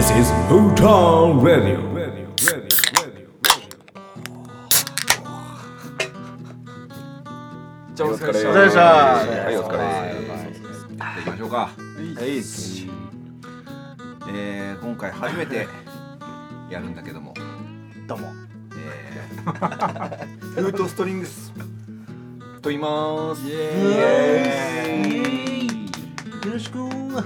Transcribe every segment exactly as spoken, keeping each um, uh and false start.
This is Bhutan Radio. じゃあお疲れ様でした。 お疲れ様でした。 はい、お疲れです。行きましょうか。はい。えー、今回初めてやるんだけども、 どうも。 えー、フートストリングスと言います。イエーイ。よろしく。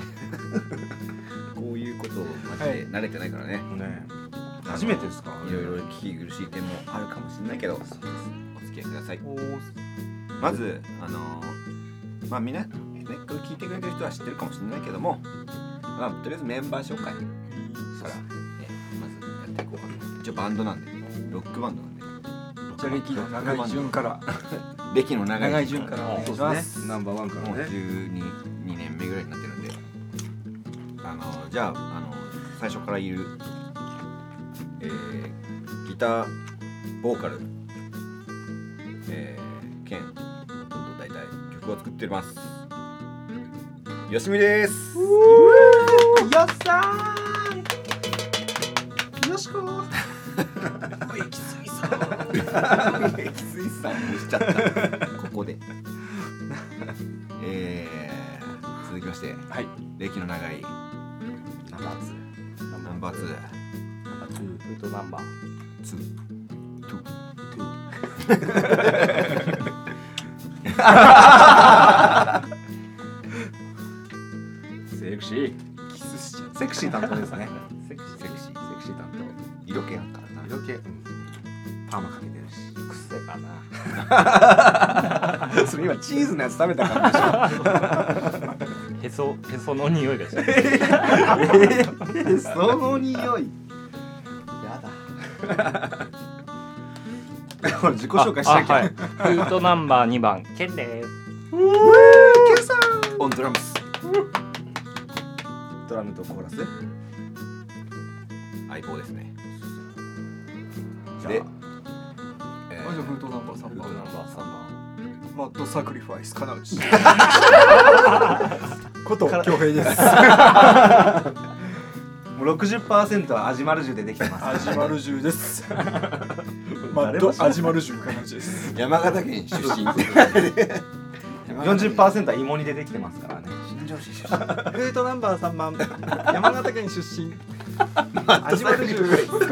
こういうことマジで慣れてないからね。 ね。初めてですか。 いろいろ聞き苦しい点もあるかもしれないけど、お付き合いください。まずあのー、まあみんなね、これ聞いてくれてる人は知ってるかもしれないけども、まあとりあえずメンバー紹介から、ね、まずやっていこうかな。一応バンドなんで、ロックバンドなんで。 じゃあ歴の長い順から歴の長い長い順からお願いします。 ナンバーワンからね。 もうじゅうにねんめぐらいになってるんで、あのー、じゃあ、あのー、最初からいる、えー、ギターボーカル、えー、兼大体曲を作ってますよしみです。 よっさーよしこーエキスイさんエキスイさんにしちゃったここでえー、続きまして、はい、歴の長いナンバーツーナンバーツーナンバーツーフートナンバーツートゥセクシーキスしちゃう。 セクシー担当ですね。 セクシーセクシーセクシー担当。 色気あるからな。 色気、うん、パーマかけてるし。くせかな。それ今チーズのやつ食べたからでしょ。 へそへその匂いがしてる。 へその匂い。やだ。自己紹介しなきゃ。 はい、フートナンバーにばんケンです。 ケンさんオンドラムスドラムとコーラス相棒ですね。 じゃあ、 で、 えー、じゃあフートナンバーさんばんフートナンバーさんばんマッドサクリファイス金内こと恭平です。 もう ろくじゅっパーセント はアジマルジュでできてます。 アジマルジュです。マッドアジマルジュ金内です。 山形県出身よんじゅっパーセント は芋煮でできてますからね。 新庄市出身フートナンバーさんばん山形県出身アジマルジュ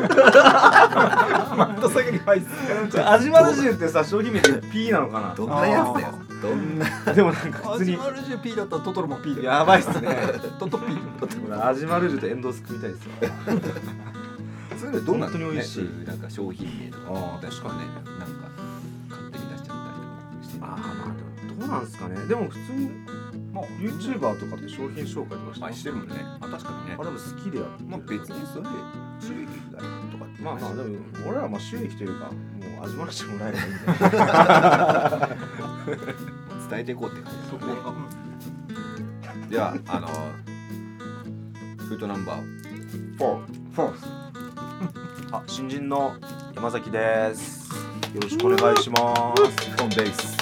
マッドサクリファイス。 アジマルジュってさ、商品名で P なのかな。 どんなやつだよ。どんなでもなんかア普通にジマルジュ P だったらトトロも P だよ。 やばいっすね。 トト P アジマルジュとエンドウスクみたいですよ。 それどうなんだろうね。 本当に美味しい。 なんか商品名とかああ、 確かね、なんか勝手に出しちゃったりとかして。 ああ、まあでもどうなんですかね。でも普通にまあ YouTuber とかって商品紹介とかしてあ、してるもんね。あ、確かにね。 あれも好きでやる。 まあ別にそれで収益がとかってまあまあでも俺らはまあ収益というかもう味わわせてもらえればいいんで。 伝えていこうって感じですね。ではあのフートナンバーフォー、フォース。 あ、新人の山崎です。よろしくお願いします。 オンベース。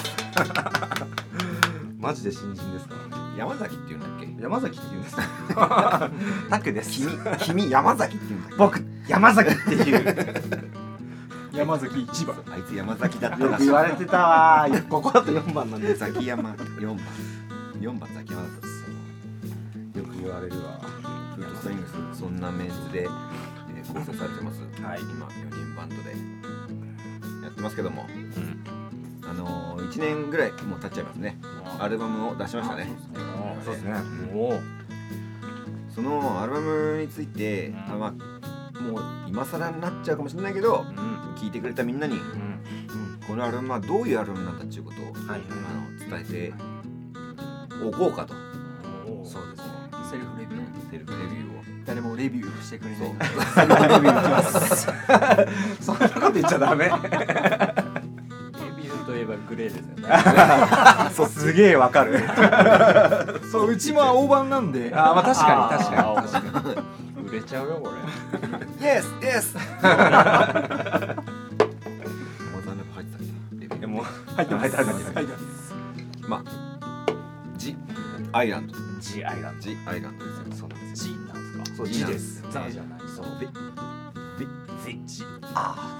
マジで新人ですからね。 山崎っていうんだっけ？ 山崎って言うんです。タクです。 君、君山崎って言うんだっけ？ 僕山崎っていう山崎一番。 あいつ山崎だったよくらしい。 言われてたわー。ここだとよんばんなんで。 ザキヤマよんばん、よんばんザキヤマだったです。 よく言われるわ。 フートストリングス、そんなメンズで、えー、構成されてます。 はい、 今よにんバンドでやってますけども、 うん、 あのー、いちねんぐらいもう経っちゃいますね。アルバムを出しましたね。 そうですね。 おお。 そのアルバムについて、 うんあ、まあ、もう今更になっちゃうかもしれないけど、 うん、 聞いてくれたみんなに、 うん、 このアルバムはどういうアルバムなんだっていうことを、 はい、 あの伝えておこうかと。 そうですね。 セルフレビュー。 セルフレビューを。 誰もレビューしてくれない。 そうセルフレビューいきます。 そんなこと言っちゃダメ。 レビューといえばグレーですよね。 そう、すげえわかる。 そう、うちも大判なんで。 あー、まあ確かに確かにあー確かに。 売れちゃうよこれ。 イエスイエス。モザンラブ入ってたんだ。 でも入ってます入ってます入ってます。 まあ、ジ・アイランド。 ジアイランド。 ジ・アイランドですよ。 そうなんです。 G なんですか。 そう、 G ジでなんですす。 ザじゃない。そう。 ベベベッジ。あ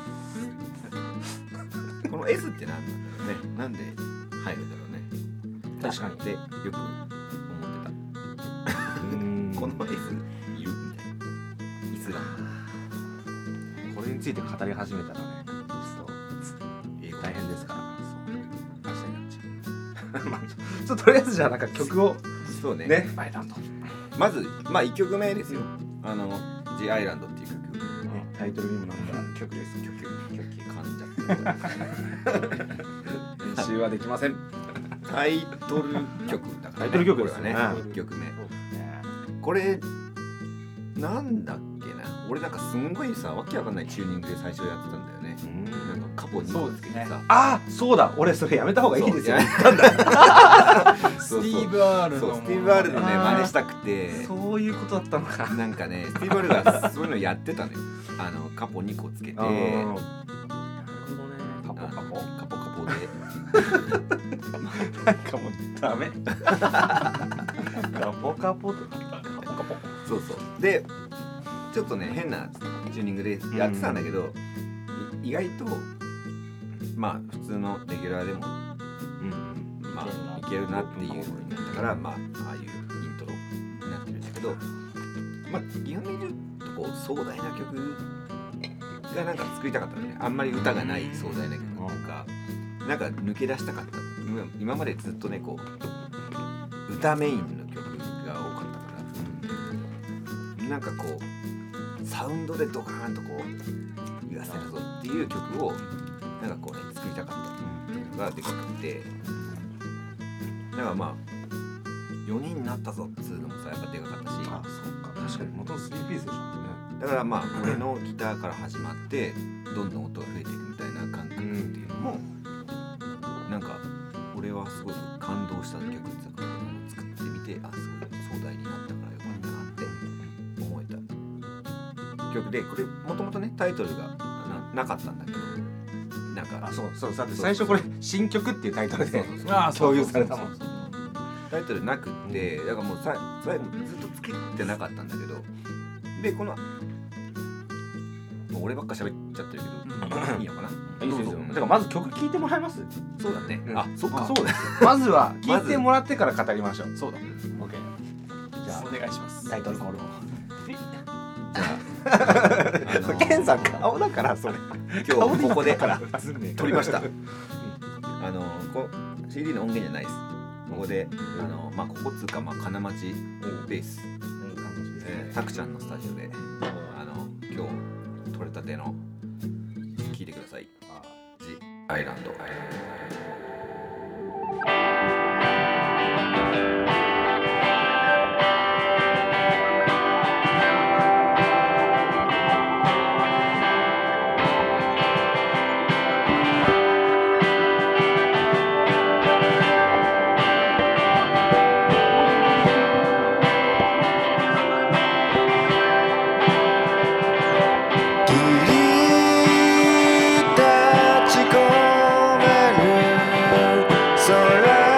この S って何なんだろうね。なんで入るんだろうね。 確かにってよく思ってあ。うんた。この S いるみたいな。イスラム。 これについて語り始めたらね、そう英語大変ですから。そう。明日になっちゃう。まあちょっととりあえずじゃあなんか曲をそうね。 ね、アイランド。 まずまあいっきょくめですよ。あの The Island っていう曲。 ね、タイトルにもなんか曲です。 曲曲噛んじゃってる。 練習はできません。 タイトル曲だからね。 タイトル曲ですねこれはね。いっきょくめ。これなんだっけな。俺なんかすんごいさ、わけわかんないチューニングで最初やってたんだよね。なんかカポにこつけてさ。 ああ、そうだ。俺それやめた方がいいですよ。 そうなんだ。 そうそうスティーブ・アールのそうスティーブ・アールのねあー真似したくて、 そういうことだったのか。 なんかねスティーブ・アールがそういうのやってたのよ。あのカポにこつけて、 なるほどね。 カポカポカポカポでなんかもうダメ。カポカポとか。カポカポ。 そうそうでちょっとね変なチューニングでやってたんだけど、い意外とまあ普通のレギュラーでもまあいけるなっていう風になったから、まあああいうイントロになってるんだけど、まあ基本的に言うとこう壮大な曲がなんか作りたかったのね。あんまり歌がない壮大な曲とか、なんか抜け出したかった。今今までずっとねこう歌メインの曲が多かったから、なんかこうサウンドでドカーンとこう言わせるぞっていう曲をなんかこうね作りたかったっていうのがでかくて、だからまあよにんになったぞっつうのもさやっぱでかかったし、 あ、そうか。確かに元スリーピースでしょうね。 だからまあ俺のギターから始まってどんどん音が増えていくみたいな感覚っていうのもなんか俺はすごく感動した曲っていうか作ってみて、あすごい壮大になったからよかったなって思えた曲で、これもともとねタイトルが な, なかったんだけど、なんかあ、そうそう。だって最初これ新曲っていうタイトルでああ共有されたもん。 タイトルなくってだからもうさ最後ずっとつけてなかったんだけど、でこのもう俺ばっか喋っちゃってるけど、いいのかな。 いいですよ。 どうぞだからまず曲聴いてもらいます。 そうだね。 うんあ、そっか。 そうです。まずは聴いてもらってから語りましょう。 そうだ。 オッケー。じゃあお願いします。 タイトルコールを。 あのーケンさん顔だからそれ。 今日ここでから撮りました。あのこ シーディー の音源じゃないです。ここであのまあここつうかまあ金町ベース、えー、タクちゃんのスタジオであの今日撮れたての聞いてください。ジアイランド。 立ち込める空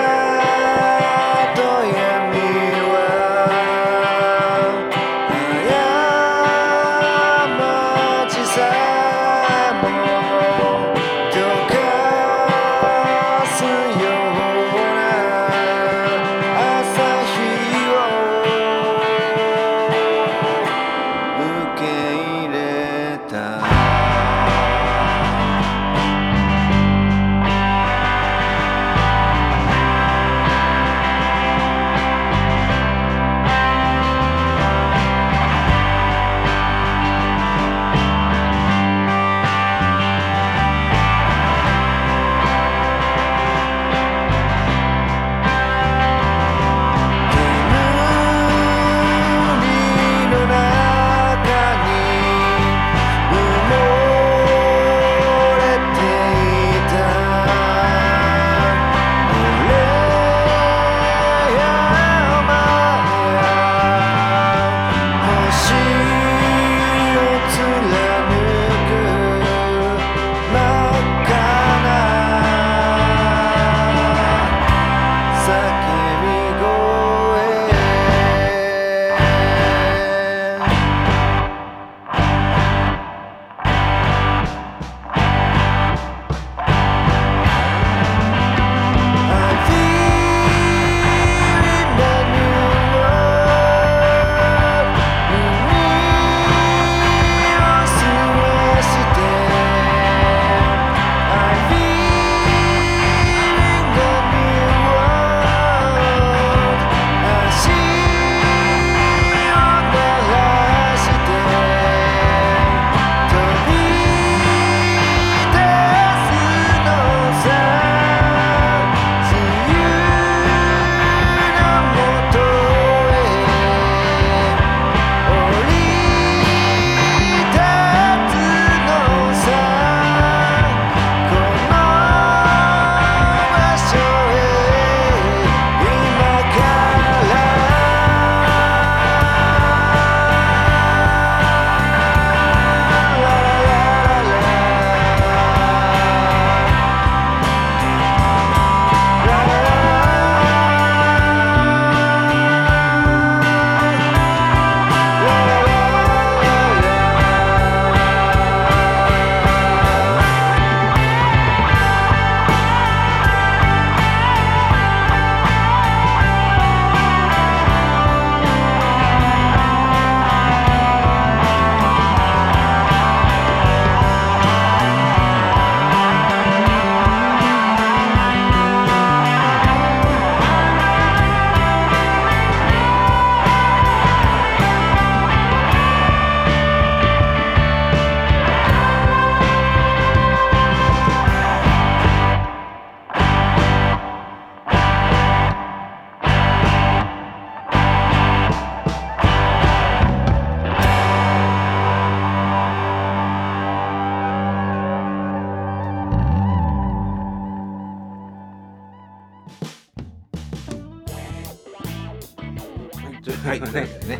はいというわけでね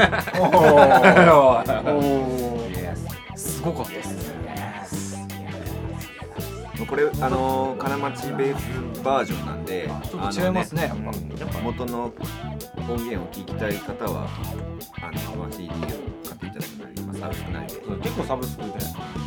すごかったですね。 これあのー、金町ベースバージョンなんでちょっと違いますね、やっぱ。 元の音源を聞きたい方はあの、まあ、シーディー を買っていただくなり、まあ、サブスクなりで結構サブスクで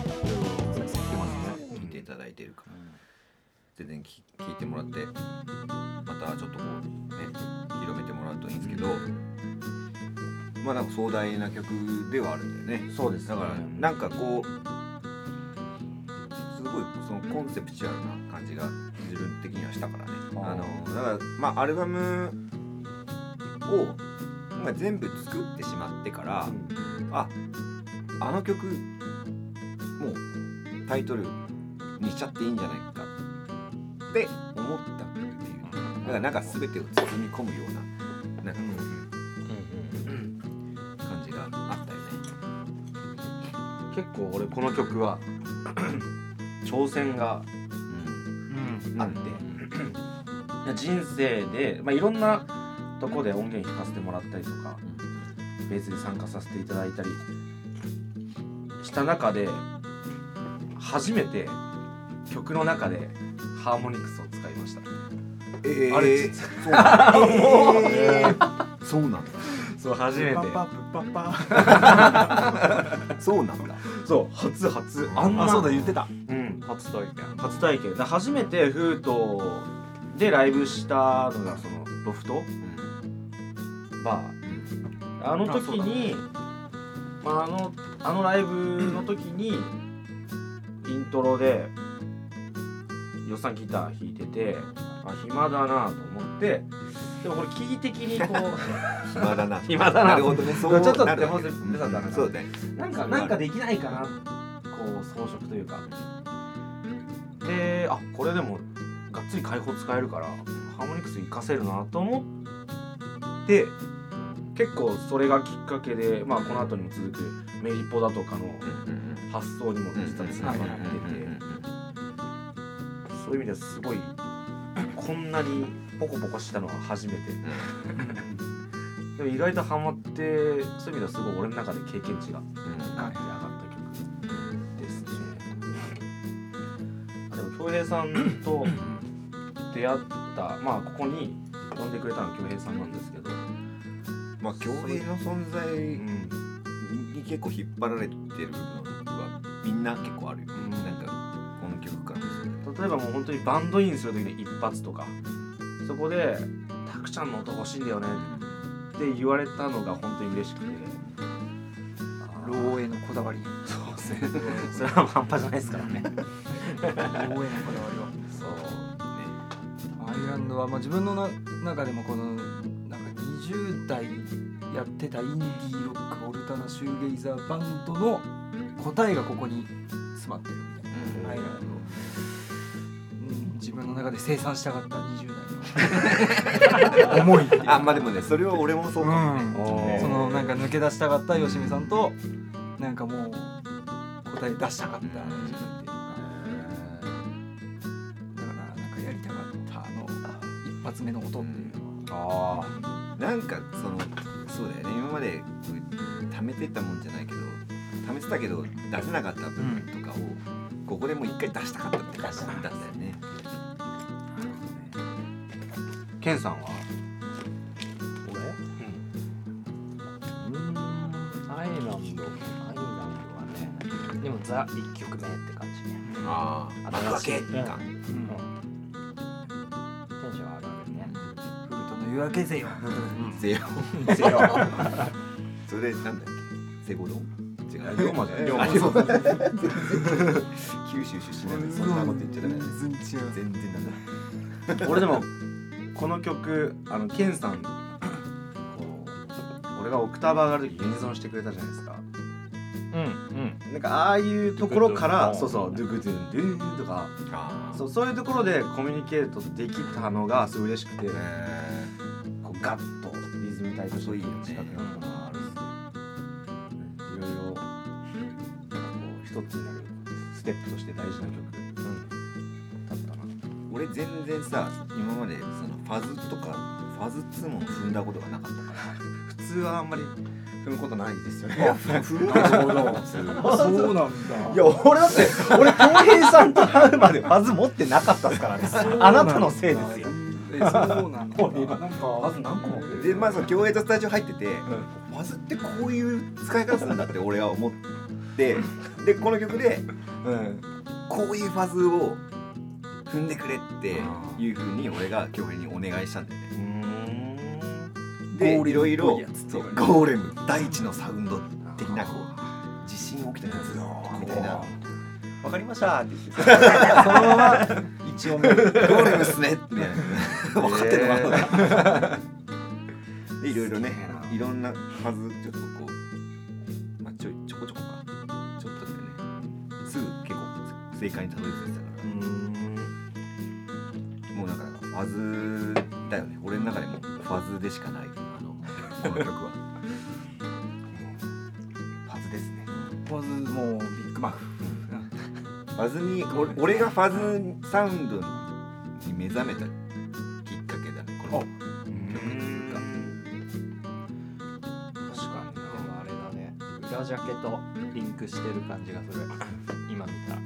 聞いていただいているから全然聞いてもらってまたちょっとこうね広めてもらうといいんですけど、まあなんか壮大な曲ではあるんだよね。 そうですね。 だからなんかこうすごいそのコンセプチュアルな感じが自分的にはしたからね。あのだからまあアルバムを、まあ、全部作ってしまってから、うん、ああの曲もうタイトルにしちゃっていいんじゃないかって思ったっていう、だからなんか全てを包み込むようななんかこう、うんうん、感じがあったよね。 結構俺この曲は挑戦があって、うん、人生で、まあ、いろんなとこで音源弾かせてもらったりとか、うん、ベースに参加させていただいたりした中で初めて曲の中でハーモニクスを使いました。 えー、 あれ実はそうなんだ、えー、そうなんだそう初めてパパパパそうなんだそう初初あんなそうだ言ってた、 うん、初体験初体験初めてフートでライブしたのがそのロフト、うん、バーあの時にあ,、まあ、あのあのライブの時にイントロでよっさんギター弾いててあ暇だなと思ってでもこれキー的にこう暇だな暇だななるほどねそうちょっとなるデモセプさんだからそうねなんかなんかできないかなこう装飾というかであこれでもがっつり開放使えるからハーモニクス活かせるなと思って結構それがきっかけでまあこの後にも続くメリポだとかの発想にも実はつながっててそういう意味ではすごいこんなにポコポコしたのは初めてでも意外とハマってそういう意味ではすごい俺の中で経験値がガンって上がった曲ですね。でも恭平さんと出会ったまあここに呼んでくれたのは恭平さんなんですけどまあ恭平の存在に結構引っ張られてる部分はみんな結構あるよ、うん、なんかこの曲から例えばもう本当にバンドインする時の一発とかそこでタクちゃんの音欲しいんだよねって言われたのが本当に嬉しくてローへのこだわりそうですねそれは半端じゃないですからねローへのこだわりはそうねアイランドは、まあ、自分のな中でもこのなんかにじゅう代やってたインディーロックオルタナシューゲイザーバンドの答えがここに詰まってるみたいな、うん、アイランド、うん、自分の中で生産したかったにじゅう代の思いあまあでもねそれは俺もそうかもね、 うん、そのなんか抜け出したかった吉見さんとなんかもう答え出したかった自分っていうか、だからなんかやりたかったあの一発目の音っていうのは、 うん、あなんかそのそうだよね今まで貯めてたもんじゃないけど貯めてたけど出せなかった部分とかを、うん、ここでもう一回出したかったって感じだったよね。 ケンさんは俺、うん、うーんアイランドアイランドはねでもザいっきょくめって感じね。 ああ新しい感、うん、テンション上がるね。 フルトの夜明けぜよぜよぜよそれなんだっけセゴドン違う龍馬じゃん龍馬九州出身なんでそんなこと言っちゃダメだね。 全然違う全然なんだ俺でもこの曲あのケンさんこう俺がオクターブ上がる時ユニゾンしてくれたじゃないですか。 うんうんなんかああいうところからドゥクドゥンそうそうドゥクドゥンドゥンとかそうそういうところでコミュニケートできたのがすごい嬉しくて、こうガッとリズム体としていい近くなったのがあるっすね。いろいろこう一つになるステップとして大事な曲だったな。 俺全然さ今までそのファズとかファズツーも踏んだことがなかったから普通ズはあんまり踏むことないですよね。 踏むなるほどそうなんだいや俺だって俺恭平さんと会うまでファズ持ってなかったですからね。あなたのせいですよ。 えそうなんだなんかファズ何個持ってる？ でまあその競泳とスタジオ入ってて、ファズってこういう使い方するんだって俺は思ってでこの曲でうんこういうファズを踏んでくれっていう風に俺が恭平にお願いしたんだよね。でいろいろそうゴーレム第一のサウンド的なこう地震起きたやつみたいなわかりましたって言ってそのまま一音目ゴーレムっすねみたいな分かってるのかなでいろいろねいろんなファズちょっとこうまあちょいちょこちょこかちょっとだよねすぐ結構正解にたどり着いてたからもうだからファズだよね俺の中でもファズでしかないあのこの曲はファズですね。 まずもうビッグマフファズに俺俺がファズサウンドに目覚めたきっかけだねこの曲っていうか確かにでもあれだね裏ジャケとリンクしてる感じがする今見た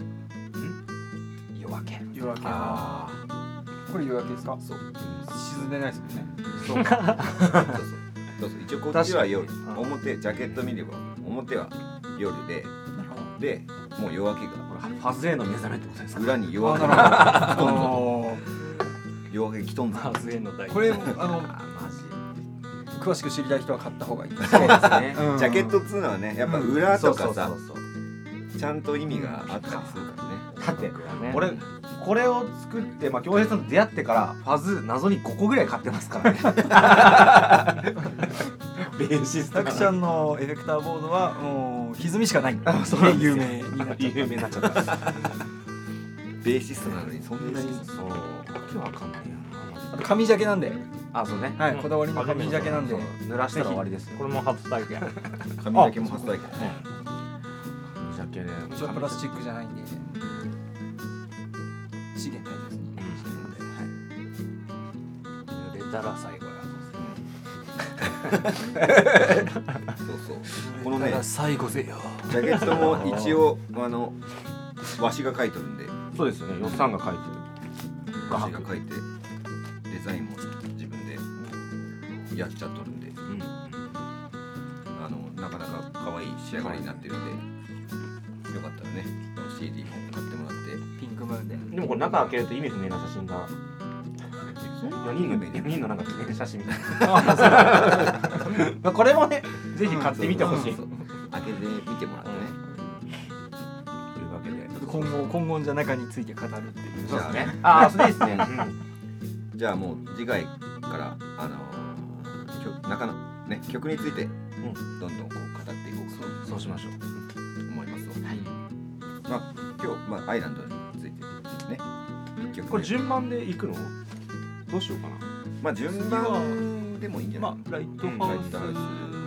夜明け夜明けあこれ夜明けですかそう沈んでないですもんねそうそうそうそうそう一応こっちは夜確かに表ジャケット見れば表は夜ででもう夜明けがファズへの目覚めってことですか？ 裏に夜明けあがなるほど夜明けきとんぞハズへの大これあのあマ詳しく知りたい人は買った方がいいですジ。そうですね。 うんジャケットっつうのはねやっぱ裏とかさそうそうそうそうちゃんと意味があったりするからねだって僕はね俺これを作ってまあ恭平さんと出会ってからファズ謎にごこぐらい買ってますからね。ベーシストタクちゃんのエフェクターボードはもう歪みしかないんであそうなんですよ有名になっちゃった有名になっちゃった。 ベーシストなのにそんなにそう。わけわかんないよあと紙ジャケなんでな。あそうね。 はいこだわりの紙ジャケなんでそう濡らしたら終わりですよ。 これも初体験髪だけも初体験ジャケで。 うちはプラスチックじゃないんで資源大切に濡れたら最後やそうそうこのねだから最後ぜよジャケットも一応あのわしが書いてるんでそうですよね。よっさんが書いてる。画わしが伯。 書いてデザインも自分でやっちゃっとるんでうん。 あのなかなか可愛い仕上がりになってるんでよかったらねこの シーディー も買ってもらってピンクムーンででもこれ中開けると意味不明な写真が。よにんのよにんのなんか記念写真みたいな。これもねぜひ買ってみてほしい。 そうそうそう開けて見てもらってねというわけで今後今後じゃ中について語るっていうそうですねああそうですね。 じゃあもう次回からあのー、曲中のね曲についてどんどんこう語っていこうかうん。そうしましょう。 と思いますよ。 はい。 まあ今日まあアイランドについてね一曲目これ順番で行くの？どうしようかな。 まあ順番でもいいんじゃない？ まあライトハウライトハウス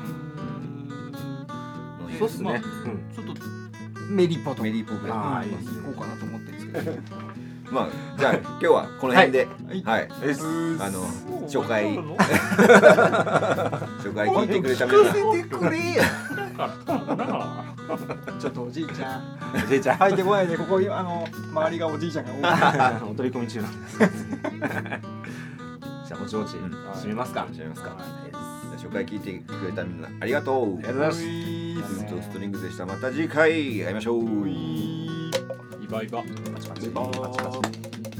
のそうっすね。 まあうん。 ちょっとメリーポとメリーポークあーうんいいですね行こうかなと思ってるんですけどまあじゃあ今日はこの辺ではいはい、 です。 あの初回の初回聞いてくれた皆さんてくれよだからちょっとおじいちゃんおじいちゃん。 入ってこないでここあの周りがおじいちゃんが多いお取り込み中なんです。じゃあぼちぼちうん締めますか。 締めますか。じゃあ初回聞いてくれたみんなありがとう。 ありがとうございます。 フードストリングスでした。また次回会いましょう。 イバイバパチパチバイバーイパチパチ。